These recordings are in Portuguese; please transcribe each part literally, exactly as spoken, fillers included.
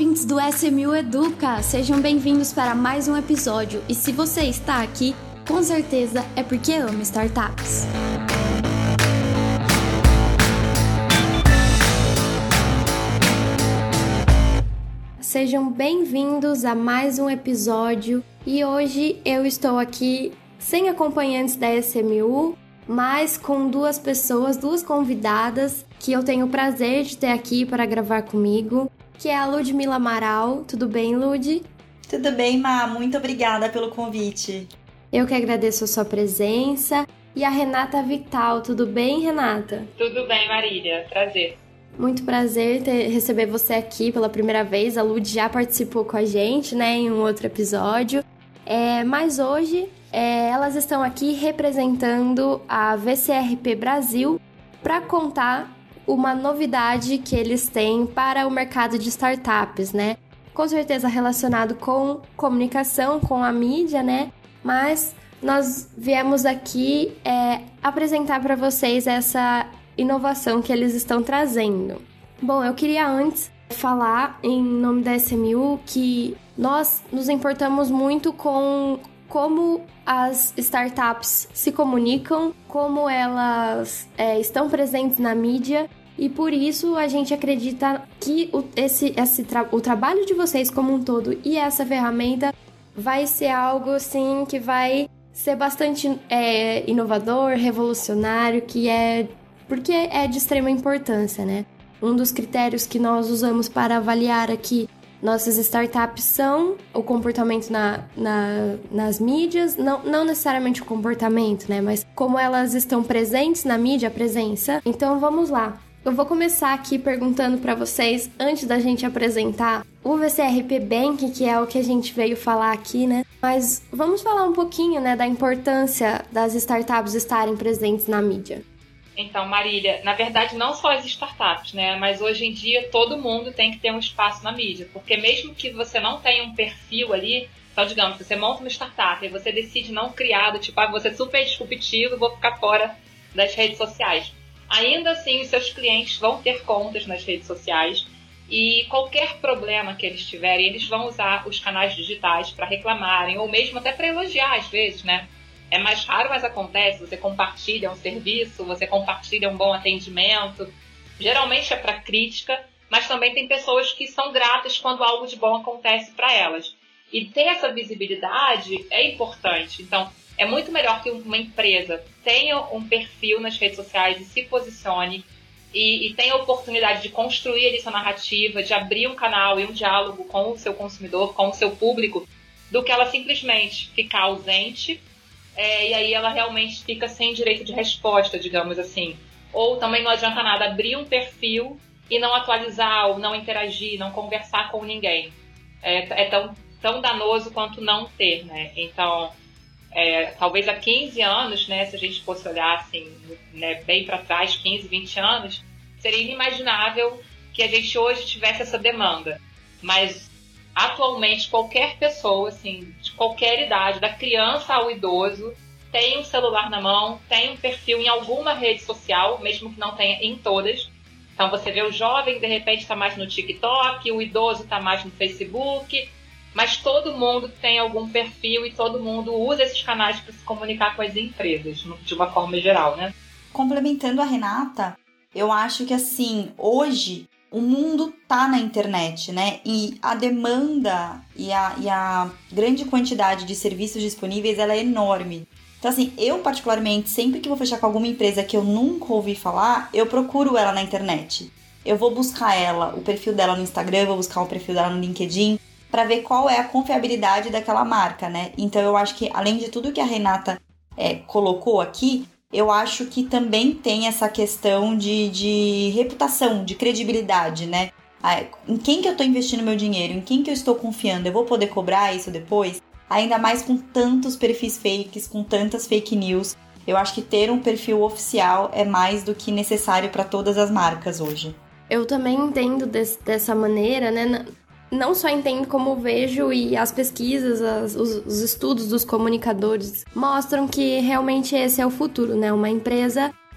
ouvintes do S M U Educa! Sejam bem-vindos para mais um episódio. E se você está aqui, com certeza é porque ama startups. Sejam bem-vindos a mais um episódio. E hoje eu estou aqui sem acompanhantes da S M U, mas com duas pessoas, duas convidadas que eu tenho o prazer de ter aqui para gravar comigo, que é a Ludmila Amaral. Tudo bem, Lud? Tudo bem, Má. Muito obrigada pelo convite. Eu que agradeço a sua presença. E a Renata Vital. Tudo bem, Renata? Tudo bem, Marília. Prazer. Muito prazer ter, receber você aqui pela primeira vez. A Lud já participou com a gente, né, em um outro episódio. É, mas hoje é, elas estão aqui representando a V C R P Brasil para contar uma novidade que eles têm para o mercado de startups, né? Com certeza relacionado com comunicação, com a mídia, né? Mas nós viemos aqui é, apresentar para vocês essa inovação que eles estão trazendo. Bom, eu queria antes falar em nome da S M U que nós nos importamos muito com como as startups se comunicam, como elas é, estão presentes na mídia, e por isso a gente acredita que o, esse, esse tra- o trabalho de vocês como um todo e essa ferramenta vai ser algo assim que vai ser bastante é, inovador, revolucionário, que é porque é de extrema importância, né? Um dos critérios que nós usamos para avaliar aqui nossas startups são o comportamento na, na, nas mídias, não, não necessariamente o comportamento, né? Mas como elas estão presentes na mídia, a presença. Então vamos lá. Eu vou começar aqui perguntando para vocês, antes da gente apresentar o V C R P Bank, que é o que a gente veio falar aqui, né? Mas vamos falar um pouquinho, né, da importância das startups estarem presentes na mídia. Então, Marília, na verdade não só as startups, né? Mas hoje em dia todo mundo tem que ter um espaço na mídia, porque mesmo que você não tenha um perfil ali, então digamos, você monta uma startup e você decide não criar, do tipo, ah, vou ser super disruptivo e vou ficar fora das redes sociais. Ainda assim, os seus clientes vão ter contas nas redes sociais e qualquer problema que eles tiverem, eles vão usar os canais digitais para reclamarem, ou mesmo até para elogiar às vezes, né? É mais raro, mas acontece. Você compartilha um serviço, você compartilha um bom atendimento. Geralmente é para crítica, mas também tem pessoas que são gratas quando algo de bom acontece para elas. E ter essa visibilidade é importante. Então, é muito melhor que uma empresa tenha um perfil nas redes sociais e se posicione e, e tenha a oportunidade de construir ali sua narrativa, de abrir um canal e um diálogo com o seu consumidor, com o seu público, do que ela simplesmente ficar ausente. É, e aí ela realmente fica sem direito de resposta, digamos assim. Ou também não adianta nada abrir um perfil e não atualizar, ou não interagir, não conversar com ninguém. É, é tão, tão danoso quanto não ter, né? Então, é, talvez há quinze anos, né, se a gente fosse olhar assim, né, bem para trás, quinze, vinte anos, seria inimaginável que a gente hoje tivesse essa demanda. Mas atualmente, qualquer pessoa, assim, de qualquer idade, da criança ao idoso, tem um celular na mão, tem um perfil em alguma rede social, mesmo que não tenha em todas. Então você vê o jovem, de repente, está mais no TikTok, o idoso está mais no Facebook, mas todo mundo tem algum perfil e todo mundo usa esses canais para se comunicar com as empresas, de uma forma geral, né? Complementando a Renata, eu acho que, assim, hoje o mundo tá na internet, né? E a demanda e a, e a grande quantidade de serviços disponíveis, ela é enorme. Então, assim, eu particularmente, sempre que vou fechar com alguma empresa que eu nunca ouvi falar, eu procuro ela na internet. Eu vou buscar ela, o perfil dela no Instagram, vou buscar o perfil dela no LinkedIn, para ver qual é a confiabilidade daquela marca, né? Então, eu acho que, além de tudo que a Renata é, colocou aqui, eu acho que também tem essa questão de, de reputação, de credibilidade, né? Em quem que eu estou investindo meu dinheiro? Em quem que eu estou confiando? Eu vou poder cobrar isso depois? Ainda mais com tantos perfis fakes, com tantas fake news. Eu acho que ter um perfil oficial é mais do que necessário para todas as marcas hoje. Eu também entendo des, dessa maneira, né? Não só entendo como vejo, e as pesquisas, as, os, os estudos dos comunicadores mostram que realmente esse é o futuro, né? Uma empresa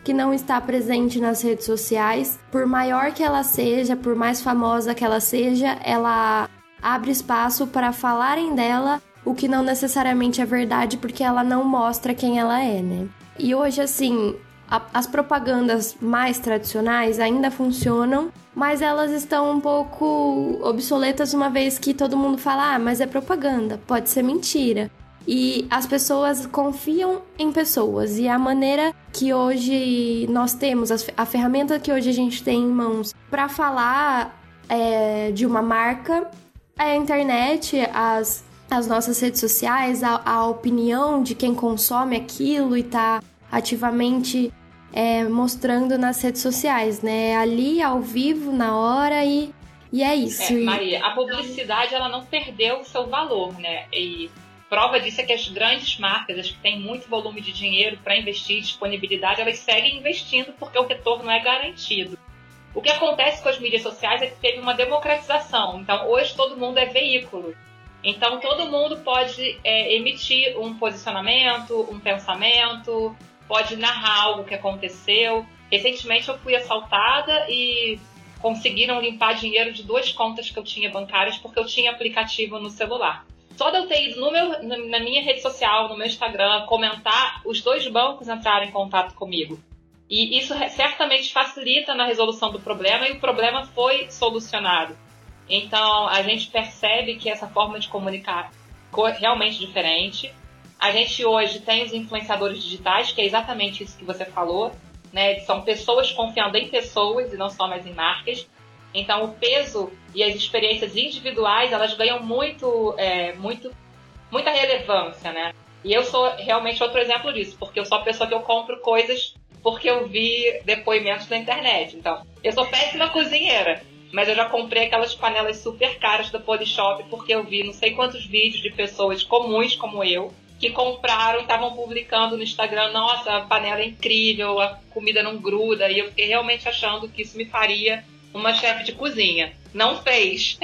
que não está presente nas redes sociais. Por maior que ela seja, por mais famosa que ela seja, ela abre espaço para falarem dela, o que não necessariamente é verdade, porque ela não mostra quem ela é, né? E hoje, assim, a, as propagandas mais tradicionais ainda funcionam, mas elas estão um pouco obsoletas, uma vez que todo mundo fala, ah, mas é propaganda, pode ser mentira. E as pessoas confiam em pessoas, e a maneira que hoje nós temos, a ferramenta que hoje a gente tem em mãos para falar é, de uma marca, é a internet, as, as nossas redes sociais, a, a opinião de quem consome aquilo e tá ativamente é, mostrando nas redes sociais, né? Ali, ao vivo, na hora, e, e é isso. É, Maria, a publicidade, ela não perdeu o seu valor, né? E prova disso é que as grandes marcas, as que têm muito volume de dinheiro para investir, disponibilidade, elas seguem investindo porque o retorno é garantido. O que acontece com as mídias sociais é que teve uma democratização. Então, hoje todo mundo é veículo. Então, todo mundo pode é, emitir um posicionamento, um pensamento, pode narrar algo que aconteceu. Recentemente, eu fui assaltada e conseguiram limpar dinheiro de duas contas que eu tinha bancárias porque eu tinha aplicativo no celular. Só de eu ter ido no meu, na minha rede social, no meu Instagram, comentar, os dois bancos entraram em contato comigo. E isso certamente facilita na resolução do problema, e o problema foi solucionado. Então, a gente percebe que essa forma de comunicar é realmente diferente. A gente hoje tem os influenciadores digitais, que é exatamente isso que você falou, né? São pessoas confiando em pessoas e não só mais em marcas. Então, o peso e as experiências individuais, elas ganham muito, é, muito, muita relevância, né? E eu sou realmente outro exemplo disso, porque eu sou a pessoa que eu compro coisas porque eu vi depoimentos na internet. Então, eu sou péssima cozinheira, mas eu já comprei aquelas panelas super caras da Polishop porque eu vi não sei quantos vídeos de pessoas comuns como eu que compraram e estavam publicando no Instagram, nossa, a panela é incrível, a comida não gruda, e eu fiquei realmente achando que isso me faria uma chefe de cozinha. Não fez,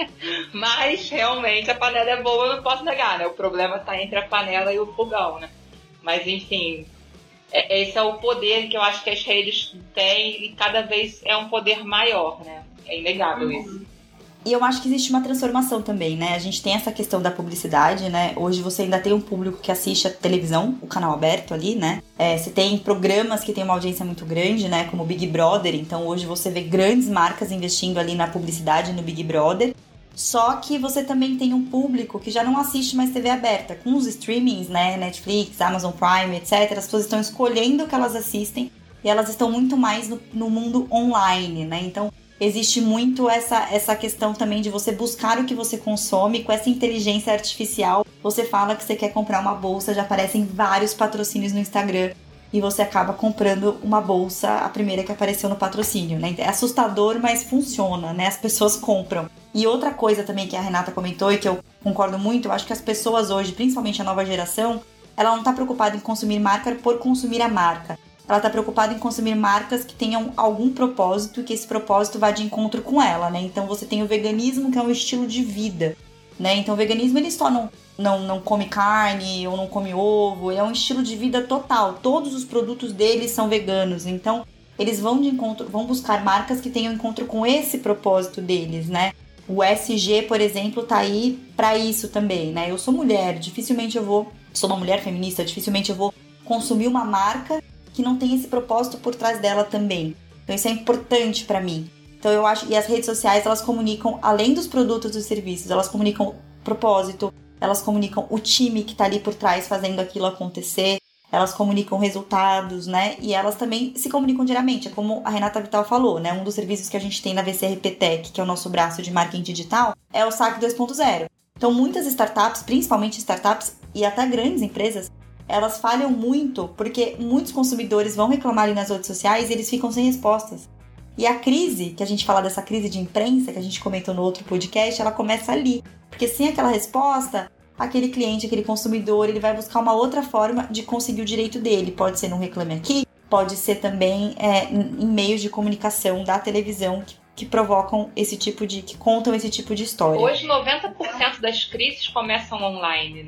mas realmente a panela é boa, eu não posso negar, né? O problema está entre a panela e o fogão, né? Mas enfim, esse é o poder que eu acho que as redes têm, e cada vez é um poder maior, né? É inegável uhum. isso. E eu acho que existe uma transformação também, né? A gente tem essa questão da publicidade, né? Hoje você ainda tem um público que assiste a televisão, o canal aberto ali, né? É, você tem programas que tem uma audiência muito grande, né? Como o Big Brother. Então hoje você vê grandes marcas investindo ali na publicidade, no Big Brother. Só que você também tem um público que já não assiste mais T V aberta. Com os streamings, né? Netflix, Amazon Prime, etcétera. As pessoas estão escolhendo o que elas assistem e elas estão muito mais no, no mundo online, né? Então existe muito essa, essa questão também de você buscar o que você consome com essa inteligência artificial. Você fala que você quer comprar uma bolsa, já aparecem vários patrocínios no Instagram e você acaba comprando uma bolsa, a primeira que apareceu no patrocínio, né? É assustador, mas funciona, né? As pessoas compram. E outra coisa também que a Renata comentou e que eu concordo muito, eu acho que as pessoas hoje, principalmente a nova geração, ela não está preocupada em consumir marca por consumir a marca. Ela está preocupada em consumir marcas que tenham algum propósito, que esse propósito vá de encontro com ela, né? Então você tem o veganismo, que é um estilo de vida, né? Então o veganismo, ele só não, não, não come carne ou não come ovo, ele é um estilo de vida total. Todos os produtos deles são veganos, então eles vão de encontro, vão buscar marcas que tenham encontro com esse propósito deles, né? O S G, por exemplo, tá aí para isso também, né? Eu sou mulher, dificilmente eu vou, sou uma mulher feminista, dificilmente eu vou consumir uma marca que não tem esse propósito por trás dela também. Então isso é importante pra mim. Então eu acho, e as redes sociais, elas comunicam, além dos produtos e serviços, elas comunicam propósito, elas comunicam o time que tá ali por trás fazendo aquilo acontecer, elas comunicam resultados, né? E elas também se comunicam diariamente, é como a Renata Vital falou, né? Um dos serviços que a gente tem na V C R P Tech, que é o nosso braço de marketing digital, é o S A C dois ponto zero. Então muitas startups, principalmente startups e até grandes empresas, elas falham muito porque muitos consumidores vão reclamar ali nas redes sociais e eles ficam sem respostas. E a crise, que a gente fala dessa crise de imprensa, que a gente comentou no outro podcast, ela começa ali. Porque sem aquela resposta, aquele cliente, aquele consumidor, ele vai buscar uma outra forma de conseguir o direito dele. Pode ser num Reclame Aqui, pode ser também é, em meios de comunicação da televisão que, que provocam esse tipo de... que contam esse tipo de história. Hoje, noventa por cento das crises começam online, né?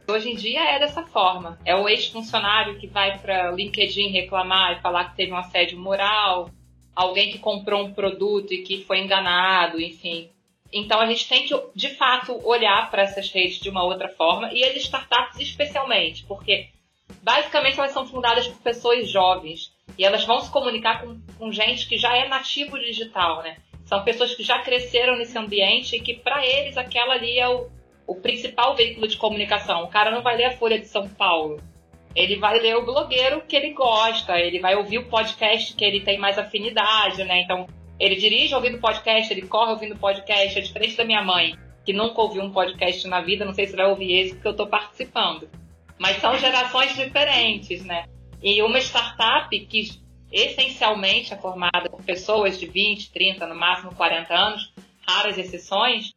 Hoje em dia é dessa forma. É o ex-funcionário que vai para o LinkedIn reclamar e falar que teve um assédio moral, alguém que comprou um produto e que foi enganado, enfim. Então a gente tem que, de fato, olhar para essas redes de uma outra forma, e as startups especialmente, porque basicamente elas são fundadas por pessoas jovens e elas vão se comunicar com, com gente que já é nativo digital, né? São pessoas que já cresceram nesse ambiente e que para eles aquela ali é o, o principal veículo de comunicação. O cara não vai ler a Folha de São Paulo, ele vai ler o blogueiro que ele gosta, ele vai ouvir o podcast que ele tem mais afinidade, né? Então ele dirige ouvindo podcast, ele corre ouvindo podcast, é diferente da minha mãe, que nunca ouviu um podcast na vida, não sei se vai ouvir esse porque eu estou participando. Mas são gerações diferentes, né? E uma startup que essencialmente é formada por pessoas de vinte, trinta, no máximo quarenta anos, raras exceções,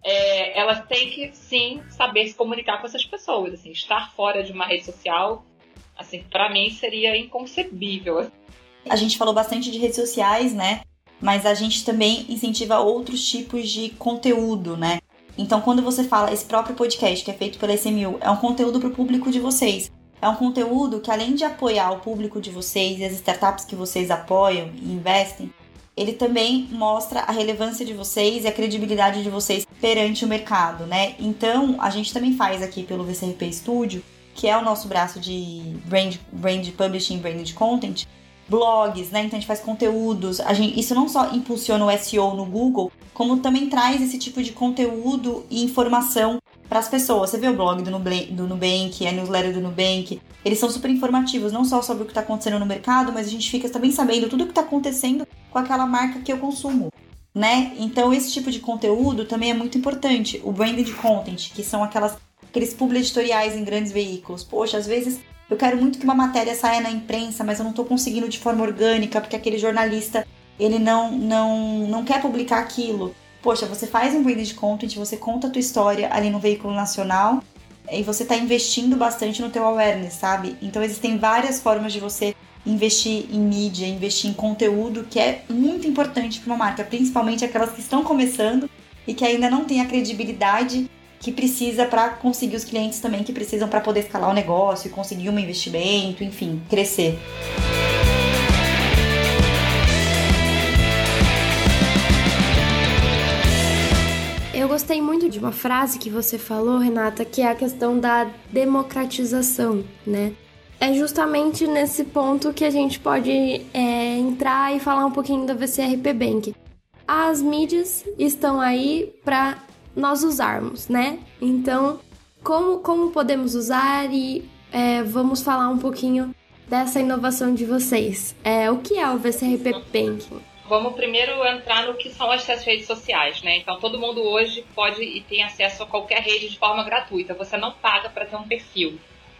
é, ela tem que, sim, saber se comunicar com essas pessoas. Assim, estar fora de uma rede social, assim, para mim seria inconcebível. A gente falou bastante de redes sociais, né? Mas a gente também incentiva outros tipos de conteúdo, né? Então, quando você fala, esse próprio podcast que é feito pela S M U, é um conteúdo para o público de vocês. É um conteúdo que, além de apoiar o público de vocês e as startups que vocês apoiam e investem, ele também mostra a relevância de vocês e a credibilidade de vocês perante o mercado, né? Então, a gente também faz aqui pelo V C R P Studio, que é o nosso braço de brand, brand publishing, branded content, blogs, né? Então a gente faz conteúdos, a gente, isso não só impulsiona o S E O no Google, como também traz esse tipo de conteúdo e informação para as pessoas. Você vê o blog do Nubank, do Nubank, a newsletter do Nubank, eles são super informativos, não só sobre o que está acontecendo no mercado, mas a gente fica também sabendo tudo o que está acontecendo com aquela marca que eu consumo, né? Então esse tipo de conteúdo também é muito importante. O branded content, que são aquelas, aqueles publi editoriais em grandes veículos. Poxa, às vezes eu quero muito que uma matéria saia na imprensa, mas eu não estou conseguindo de forma orgânica, porque aquele jornalista, ele não, não, não quer publicar aquilo. Poxa, você faz um branded content, você conta a tua história ali no veículo nacional e você está investindo bastante no teu awareness, sabe? Então existem várias formas de você investir em mídia, investir em conteúdo, que é muito importante para uma marca, principalmente aquelas que estão começando e que ainda não têm a credibilidade que precisa para conseguir os clientes também que precisam para poder escalar o negócio e conseguir um investimento, enfim, crescer. Eu gostei muito de uma frase que você falou, Renata, que é a questão da democratização, né? É justamente nesse ponto que a gente pode é, entrar e falar um pouquinho da V C R P Bank. As mídias estão aí para nós usarmos, né? Então, como, como podemos usar e é, vamos falar um pouquinho dessa inovação de vocês. É, o que é o V C R P Banking? Vamos primeiro entrar no que são as redes sociais, né? Então, todo mundo hoje pode e tem acesso a qualquer rede de forma gratuita. Você não paga para ter um perfil.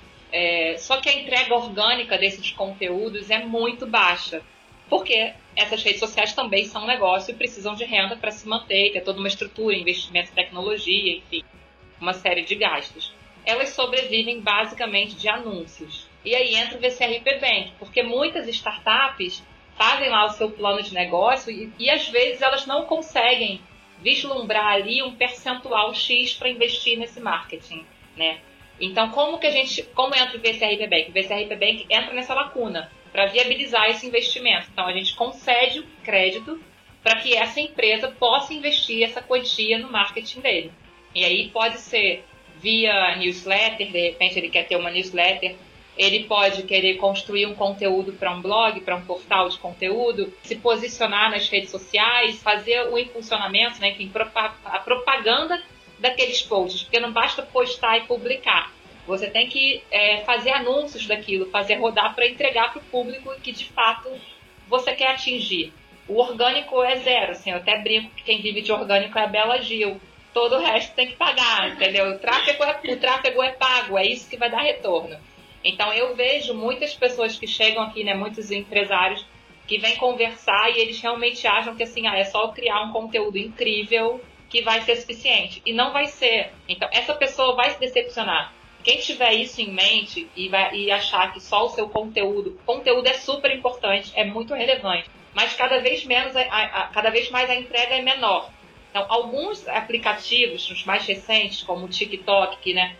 É, só que a entrega orgânica desses conteúdos é muito baixa, porque essas redes sociais também são um negócio e precisam de renda para se manter, ter toda uma estrutura, investimento em tecnologia, enfim, uma série de gastos. Elas sobrevivem basicamente de anúncios. E aí entra o V C R P Bank, porque muitas startups fazem lá o seu plano de negócio e, e às vezes elas não conseguem vislumbrar ali um percentual X para investir nesse marketing, né? Então, como que a gente, como entra o V C R P Bank? O V C R P Bank entra nessa lacuna para viabilizar esse investimento. Então, a gente concede o crédito para que essa empresa possa investir essa quantia no marketing dele. E aí pode ser via newsletter, de repente ele quer ter uma newsletter, ele pode querer construir um conteúdo para um blog, para um portal de conteúdo, se posicionar nas redes sociais, fazer o impulsionamento, né, enfim, a propaganda daqueles posts, porque não basta postar e publicar. Você tem que é, fazer anúncios daquilo, fazer rodar para entregar para o público que de fato você quer atingir. O orgânico é zero, assim, eu até brinco que quem vive de orgânico é a Bela Gil. Todo o resto tem que pagar, entendeu? O tráfego é, o tráfego é pago, é isso que vai dar retorno. Então eu vejo muitas pessoas que chegam aqui, né, muitos empresários que vêm conversar e eles realmente acham que assim, ah, é só eu criar um conteúdo incrível que vai ser suficiente. E não vai ser. Então essa pessoa vai se decepcionar. Quem tiver isso em mente e, vai, e achar que só o seu conteúdo, conteúdo é super importante, é muito relevante, mas cada vez menos, a, a, cada vez mais a entrega é menor. Então, alguns aplicativos, os mais recentes, como o TikTok, que, né,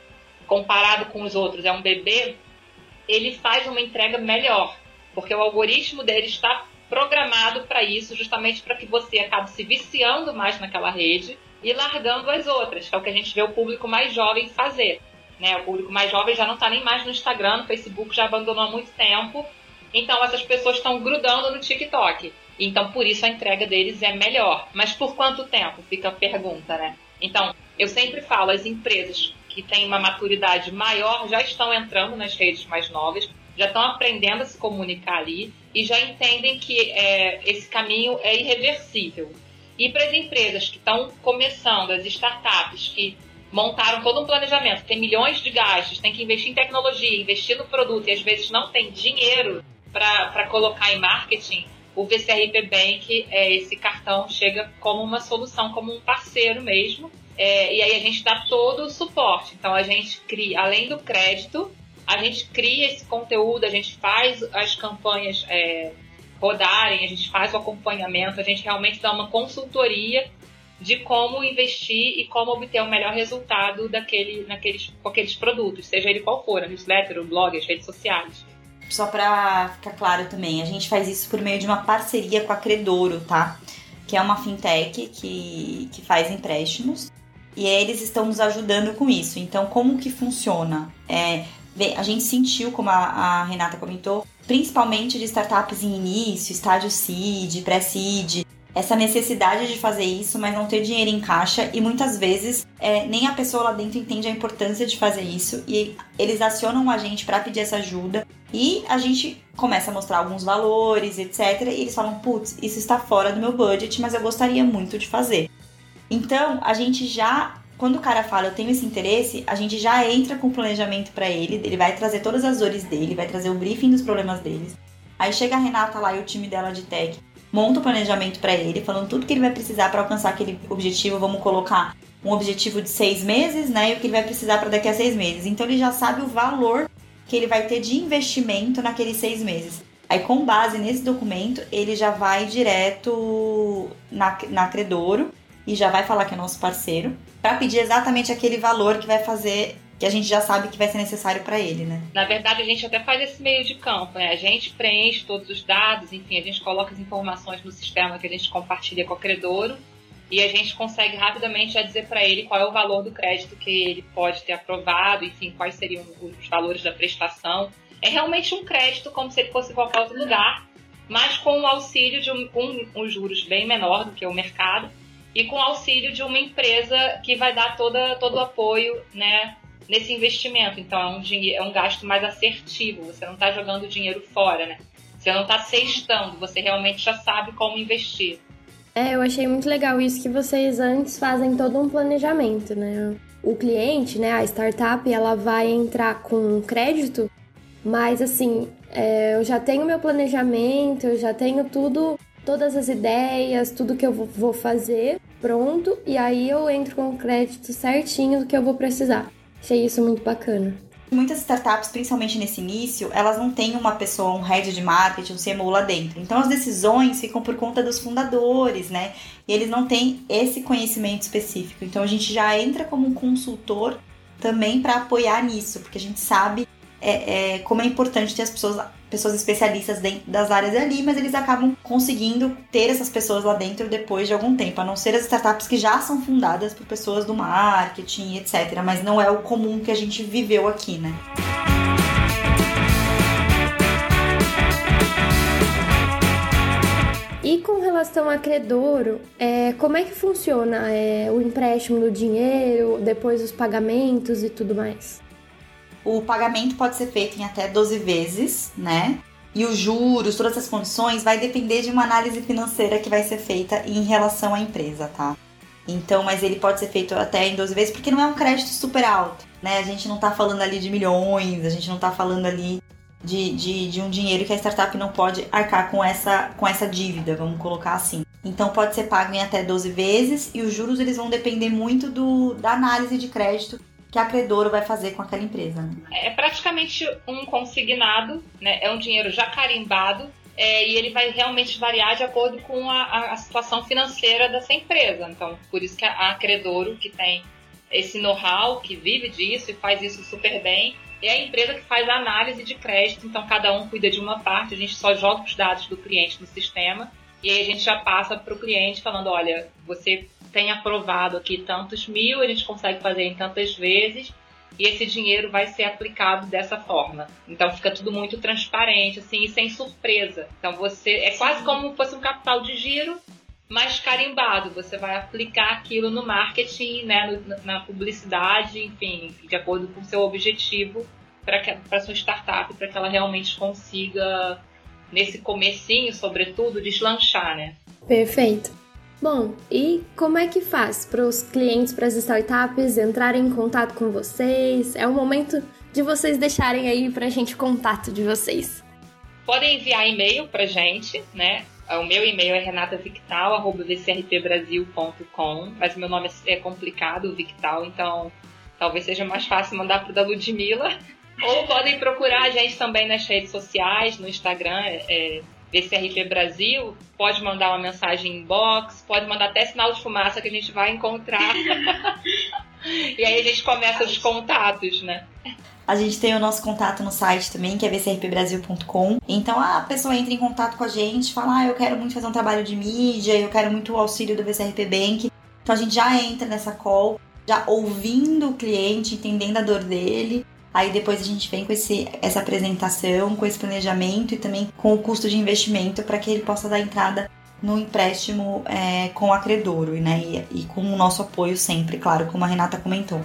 comparado com os outros, é um bebê, ele faz uma entrega melhor, porque o algoritmo dele está programado para isso, justamente para que você acabe se viciando mais naquela rede e largando as outras, que é o que a gente vê o público mais jovem fazer. Né? O público mais jovem já não está nem mais no Instagram, no Facebook, já abandonou há muito tempo. Então essas pessoas estão grudando no TikTok. Então por isso a entrega deles é melhor. Mas por quanto tempo? Fica a pergunta, né? Então eu sempre falo, as empresas que têm uma maturidade maior já estão entrando nas redes mais novas, já estão aprendendo a se comunicar ali e já entendem que é, esse caminho é irreversível. E para as empresas que estão começando, as startups que montaram todo um planejamento, tem milhões de gastos, tem que investir em tecnologia, investir no produto e às vezes não tem dinheiro para colocar em marketing, o V C R P Bank, é, esse cartão chega como uma solução, como um parceiro mesmo. É, e aí a gente dá todo o suporte. Então a gente cria, além do crédito, a gente cria esse conteúdo, a gente faz as campanhas é, rodarem, a gente faz o acompanhamento, a gente realmente dá uma consultoria de como investir e como obter o melhor resultado daquele, naqueles, com aqueles produtos, seja ele qual for, a newsletter, o blog, as redes sociais. Só para ficar claro também, a gente faz isso por meio de uma parceria com a Credoro, tá? Que é uma fintech que, que faz empréstimos e eles estão nos ajudando com isso. Então, como que funciona? É, a gente sentiu, como a, a Renata comentou, principalmente de startups em início, estágio seed, pré-seed, essa necessidade de fazer isso, mas não ter dinheiro em caixa e muitas vezes é, nem a pessoa lá dentro entende a importância de fazer isso e eles acionam a gente para pedir essa ajuda e a gente começa a mostrar alguns valores, etcétera. E eles falam, putz, isso está fora do meu budget, mas eu gostaria muito de fazer. Então, a gente já, quando o cara fala eu tenho esse interesse, a gente já entra com o planejamento para ele, ele vai trazer todas as dores dele, vai trazer o briefing dos problemas deles. Aí chega a Renata lá e o time dela de tech monta o planejamento para ele, falando tudo que ele vai precisar para alcançar aquele objetivo. Vamos colocar um objetivo de seis meses, né? E o que ele vai precisar para daqui a seis meses. Então ele já sabe o valor que ele vai ter de investimento naqueles seis meses. Aí com base nesse documento, ele já vai direto na, na Credoro e já vai falar que é nosso parceiro, para pedir exatamente aquele valor que vai fazer, que a gente já sabe que vai ser necessário para ele, né? Na verdade, a gente até faz esse meio de campo, né? A gente preenche todos os dados, enfim, a gente coloca as informações no sistema que a gente compartilha com a Credoro e a gente consegue rapidamente já dizer para ele qual é o valor do crédito que ele pode ter aprovado, enfim, quais seriam os valores da prestação. É realmente um crédito como se ele fosse qualquer outro lugar, mas com o auxílio de um, um, um juros bem menor do que o mercado e com o auxílio de uma empresa que vai dar toda, todo o apoio, né, nesse investimento. Então é um, dinheiro, é um gasto mais assertivo, você não está jogando dinheiro fora, né? Você não está sextando, você realmente já sabe como investir. É, eu achei muito legal isso, que vocês antes fazem todo um planejamento, né? O cliente, né, a startup, ela vai entrar com crédito, mas assim, é, eu já tenho meu planejamento, eu já tenho tudo, todas as ideias, tudo que eu vou fazer pronto, e aí eu entro com o crédito certinho do que eu vou precisar. Achei isso muito bacana. Muitas startups, principalmente nesse início, elas não têm uma pessoa, um head de marketing, um C M O lá dentro. Então as decisões ficam por conta dos fundadores, né? E eles não têm esse conhecimento específico. Então a gente já entra como um consultor também para apoiar nisso, porque a gente sabe é, é, como é importante ter as pessoas, pessoas especialistas dentro das áreas ali, mas eles acabam conseguindo ter essas pessoas lá dentro depois de algum tempo, a não ser as startups que já são fundadas por pessoas do marketing, etcétera. Mas não é o comum que a gente viveu aqui, né? E com relação a Credoro, é, como é que funciona é, o empréstimo do dinheiro, depois os pagamentos e tudo mais? O pagamento pode ser feito em até doze vezes, né? E os juros, todas as condições, vai depender de uma análise financeira que vai ser feita em relação à empresa, tá? Então, mas ele pode ser feito até em doze vezes, porque não é um crédito super alto, né? A gente não tá falando ali de milhões, a gente não tá falando ali de, de, de um dinheiro que a startup não pode arcar com essa, com essa dívida, vamos colocar assim. Então, pode ser pago em até doze vezes e os juros, eles vão depender muito do, da análise de crédito que a Credoro vai fazer com aquela empresa, né? É praticamente um consignado, né? É um dinheiro já carimbado, é, e ele vai realmente variar de acordo com a, a situação financeira dessa empresa. Então, por isso que a, a Credoro, que tem esse know-how, que vive disso e faz isso super bem. É a empresa que faz a análise de crédito, então cada um cuida de uma parte, a gente só joga os dados do cliente no sistema e aí a gente já passa para o cliente falando, olha, você tem aprovado aqui tantos mil, a gente consegue fazer em tantas vezes e esse dinheiro vai ser aplicado dessa forma. Então fica tudo muito transparente, assim, e sem surpresa. Então você é quase como se fosse um capital de giro, mas carimbado. Você vai aplicar aquilo no marketing, né, no, na publicidade, enfim, de acordo com o seu objetivo para a sua startup, para que ela realmente consiga, nesse comecinho, sobretudo, deslanchar, né? Perfeito. Bom, e como é que faz para os clientes, para as startups entrarem em contato com vocês? É o momento de vocês deixarem aí para a gente o contato de vocês. Podem enviar e-mail para a gente, né? O meu e-mail é renata victal arroba v c r p brasil ponto com, mas meu nome é complicado, Victal, então talvez seja mais fácil mandar para o da Ludmilla. Ou podem procurar a gente também nas redes sociais, no Instagram, é V C R P Brasil, pode mandar uma mensagem inbox, pode mandar até sinal de fumaça que a gente vai encontrar. E aí a gente começa os contatos, né? A gente tem o nosso contato no site também, que é v c r p brasil ponto com. Então a pessoa entra em contato com a gente, fala, ah, eu quero muito fazer um trabalho de mídia, eu quero muito o auxílio do V C R P Bank. Então a gente já entra nessa call, já ouvindo o cliente, entendendo a dor dele. Aí depois a gente vem com esse, essa apresentação, com esse planejamento e também com o custo de investimento para que ele possa dar entrada no empréstimo é, com a Credoro, né? E, e com o nosso apoio sempre, claro, como a Renata comentou.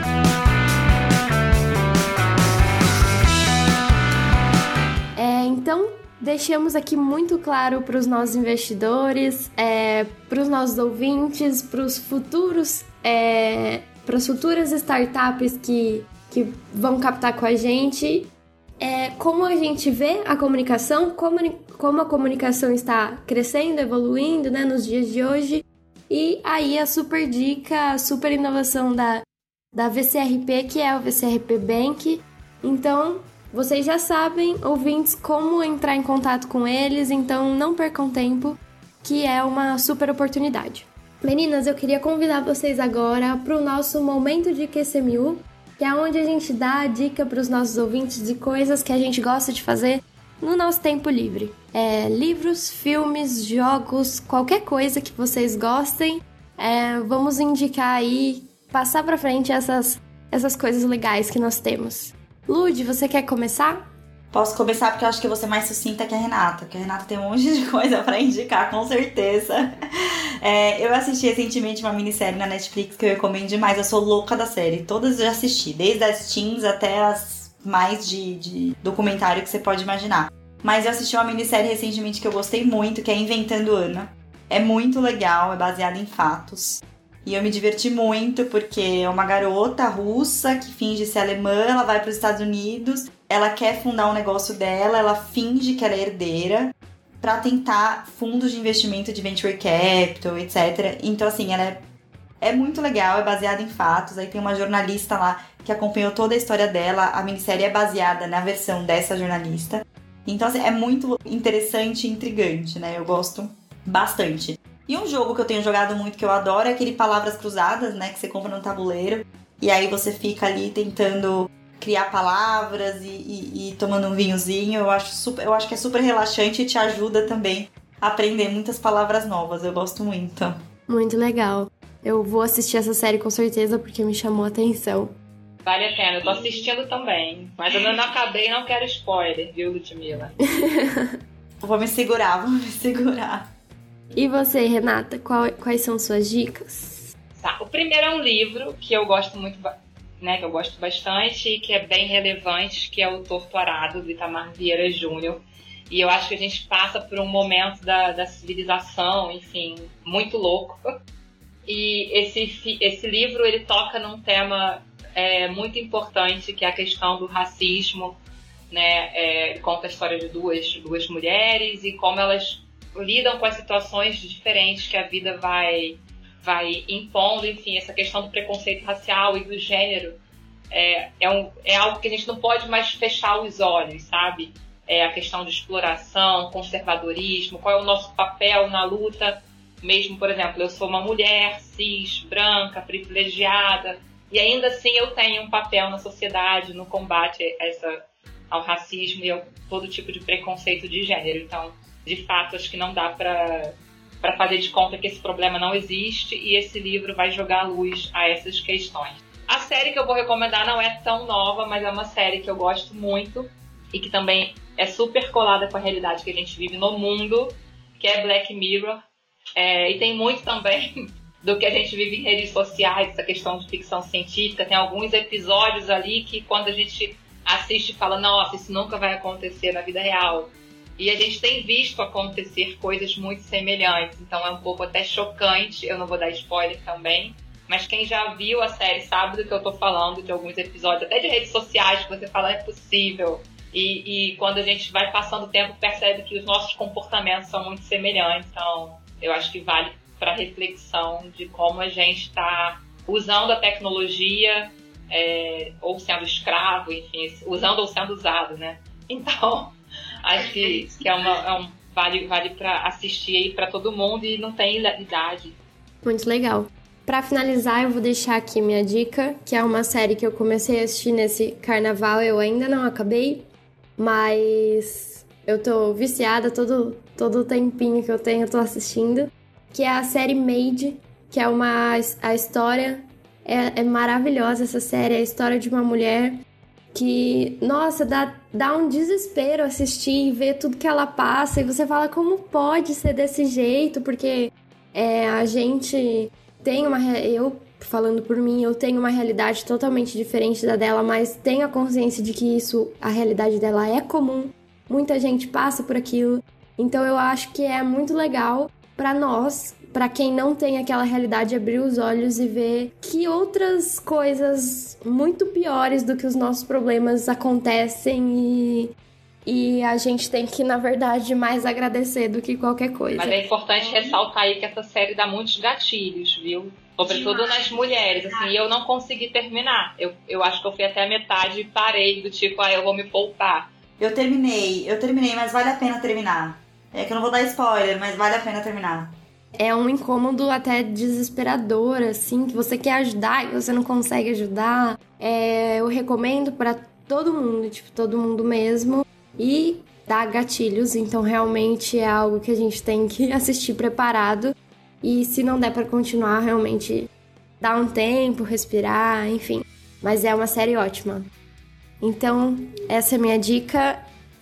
É, então, deixamos aqui muito claro para os nossos investidores, é, para os nossos ouvintes, para os futuros, é, para as futuras startups que que vão captar com a gente, é, como a gente vê a comunicação, como, como a comunicação está crescendo, evoluindo, né, nos dias de hoje, e aí a super dica, a super inovação da, da V C R P, que é o V C R P Bank. Então, vocês já sabem, ouvintes, como entrar em contato com eles, então não percam tempo, que é uma super oportunidade. Meninas, eu queria convidar vocês agora para o nosso Momento de Q C M U, que é onde a gente dá a dica para os nossos ouvintes de coisas que a gente gosta de fazer no nosso tempo livre. É, livros, filmes, jogos, qualquer coisa que vocês gostem, é, vamos indicar aí, passar para frente essas, essas coisas legais que nós temos. Lud, você quer começar? Posso começar porque eu acho que eu vou ser mais sucinta que a Renata, porque a Renata tem um monte de coisa pra indicar, com certeza. É, eu assisti recentemente uma minissérie na Netflix que eu recomendo demais, eu sou louca da série, todas eu já assisti, desde as teens até as mais de, de documentário que você pode imaginar. Mas eu assisti uma minissérie recentemente que eu gostei muito, que é Inventando Anna. É muito legal, é baseada em fatos. E eu me diverti muito porque é uma garota russa que finge ser alemã, ela vai para os Estados Unidos, ela quer fundar um negócio dela, ela finge que ela é herdeira para tentar fundos de investimento de venture capital, etcétera. Então, assim, ela é, é muito legal, é baseada em fatos. Aí tem uma jornalista lá que acompanhou toda a história dela. A minissérie é baseada na versão dessa jornalista. Então, assim, é muito interessante e intrigante, né? Eu gosto bastante. E um jogo que eu tenho jogado muito, que eu adoro, é aquele Palavras Cruzadas, né? Que você compra no tabuleiro. E aí você fica ali tentando criar palavras e, e, e tomando um vinhozinho. Eu acho, super, eu acho que é super relaxante e te ajuda também a aprender muitas palavras novas. Eu gosto muito. Muito legal. Eu vou assistir essa série com certeza porque me chamou a atenção. Vale a pena, eu tô assistindo também. Mas eu não acabei, não quero spoiler, viu, Ludmilla? Vou me segurar, vou me segurar. E você, Renata, qual, quais são suas dicas? Tá, o primeiro é um livro que eu gosto muito, né, que eu gosto bastante e que é bem relevante, que é o Torto Arado, do Itamar Vieira Júnior. E eu acho que a gente passa por um momento da, da civilização, enfim, muito louco. E esse, esse livro, ele toca num tema é, muito importante, que é a questão do racismo, né? É, conta a história de duas, duas mulheres e como elas lidam com as situações diferentes que a vida vai, vai impondo, enfim, essa questão do preconceito racial e do gênero é, é, um, é algo que a gente não pode mais fechar os olhos, sabe? É a questão de exploração, conservadorismo, qual é o nosso papel na luta, mesmo, por exemplo, eu sou uma mulher cis, branca, privilegiada, E ainda assim eu tenho um papel na sociedade, no combate a essa, ao racismo e a todo tipo de preconceito de gênero. Então, de fato, acho que não dá para para fazer de conta que esse problema não existe, e esse livro vai jogar luz a essas questões. A série que eu vou recomendar não é tão nova, mas é uma série que eu gosto muito e que também é super colada com a realidade que a gente vive no mundo, que é Black Mirror. É, e tem muito também do que a gente vive em redes sociais, essa questão de ficção científica. Tem alguns episódios ali que quando a gente assiste fala, nossa, isso nunca vai acontecer na vida real. E a gente tem visto acontecer coisas muito semelhantes, então é um pouco até chocante, eu não vou dar spoiler também, mas quem já viu a série sabe do que eu tô falando, de alguns episódios, até de redes sociais, que você fala, é possível. E, e quando a gente vai passando o tempo, percebe que os nossos comportamentos são muito semelhantes, então eu acho que vale para reflexão de como a gente está usando a tecnologia, é, ou sendo escravo, enfim, usando ou sendo usado, né? Então, acho que, que é, uma, é um vale, vale para assistir aí para todo mundo e não tem idade. Muito legal. Para finalizar, eu vou deixar aqui minha dica, que é uma série que eu comecei a assistir nesse carnaval, eu ainda não acabei, mas eu tô viciada, todo, todo o tempinho que eu tenho eu tô assistindo, que é a série Made, que é uma a história, é, é maravilhosa essa série, é a história de uma mulher que, nossa, dá, dá um desespero assistir e ver tudo que ela passa, e você fala, como pode ser desse jeito, porque é, a gente tem uma... Eu, falando por mim, eu tenho uma realidade totalmente diferente da dela, mas tenho a consciência de que isso, a realidade dela é comum, muita gente passa por aquilo, então eu acho que é muito legal para nós, para quem não tem aquela realidade, abrir os olhos e ver que outras coisas muito piores do que os nossos problemas acontecem e, e a gente tem que, na verdade, mais agradecer do que qualquer coisa. Mas é importante ressaltar aí que essa série dá muitos gatilhos, viu? Sobretudo demais, nas mulheres, assim, e eu não consegui terminar. Eu, eu acho que eu fui até a metade e parei do tipo, ah, eu vou me poupar. Eu terminei, eu terminei, mas vale a pena terminar. É que eu não vou dar spoiler, mas vale a pena terminar. É um incômodo até desesperador, assim, que você quer ajudar e você não consegue ajudar. É, eu recomendo pra todo mundo, tipo, todo mundo mesmo. E dá gatilhos, então realmente é algo que a gente tem que assistir preparado. E se não der pra continuar, realmente dá um tempo, respirar, enfim. Mas é uma série ótima. Então, essa é a minha dica.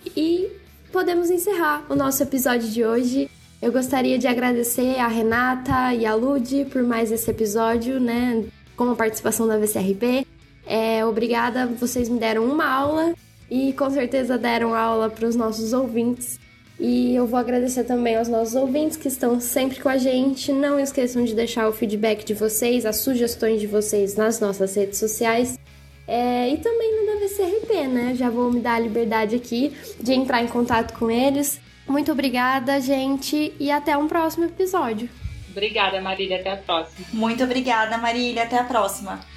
E podemos encerrar o nosso episódio de hoje. Eu gostaria de agradecer a Renata e a Lud por mais esse episódio, né, com a participação da V C R P. É, obrigada, vocês me deram uma aula e com certeza deram aula para os nossos ouvintes. E eu vou agradecer também aos nossos ouvintes que estão sempre com a gente. Não esqueçam de deixar o feedback de vocês, as sugestões de vocês nas nossas redes sociais. É, e também no da V C R P, né? Já vou me dar a liberdade aqui de entrar em contato com eles. Muito obrigada, gente, e até um próximo episódio. Obrigada, Marília, até a próxima. Muito obrigada, Marília, até a próxima.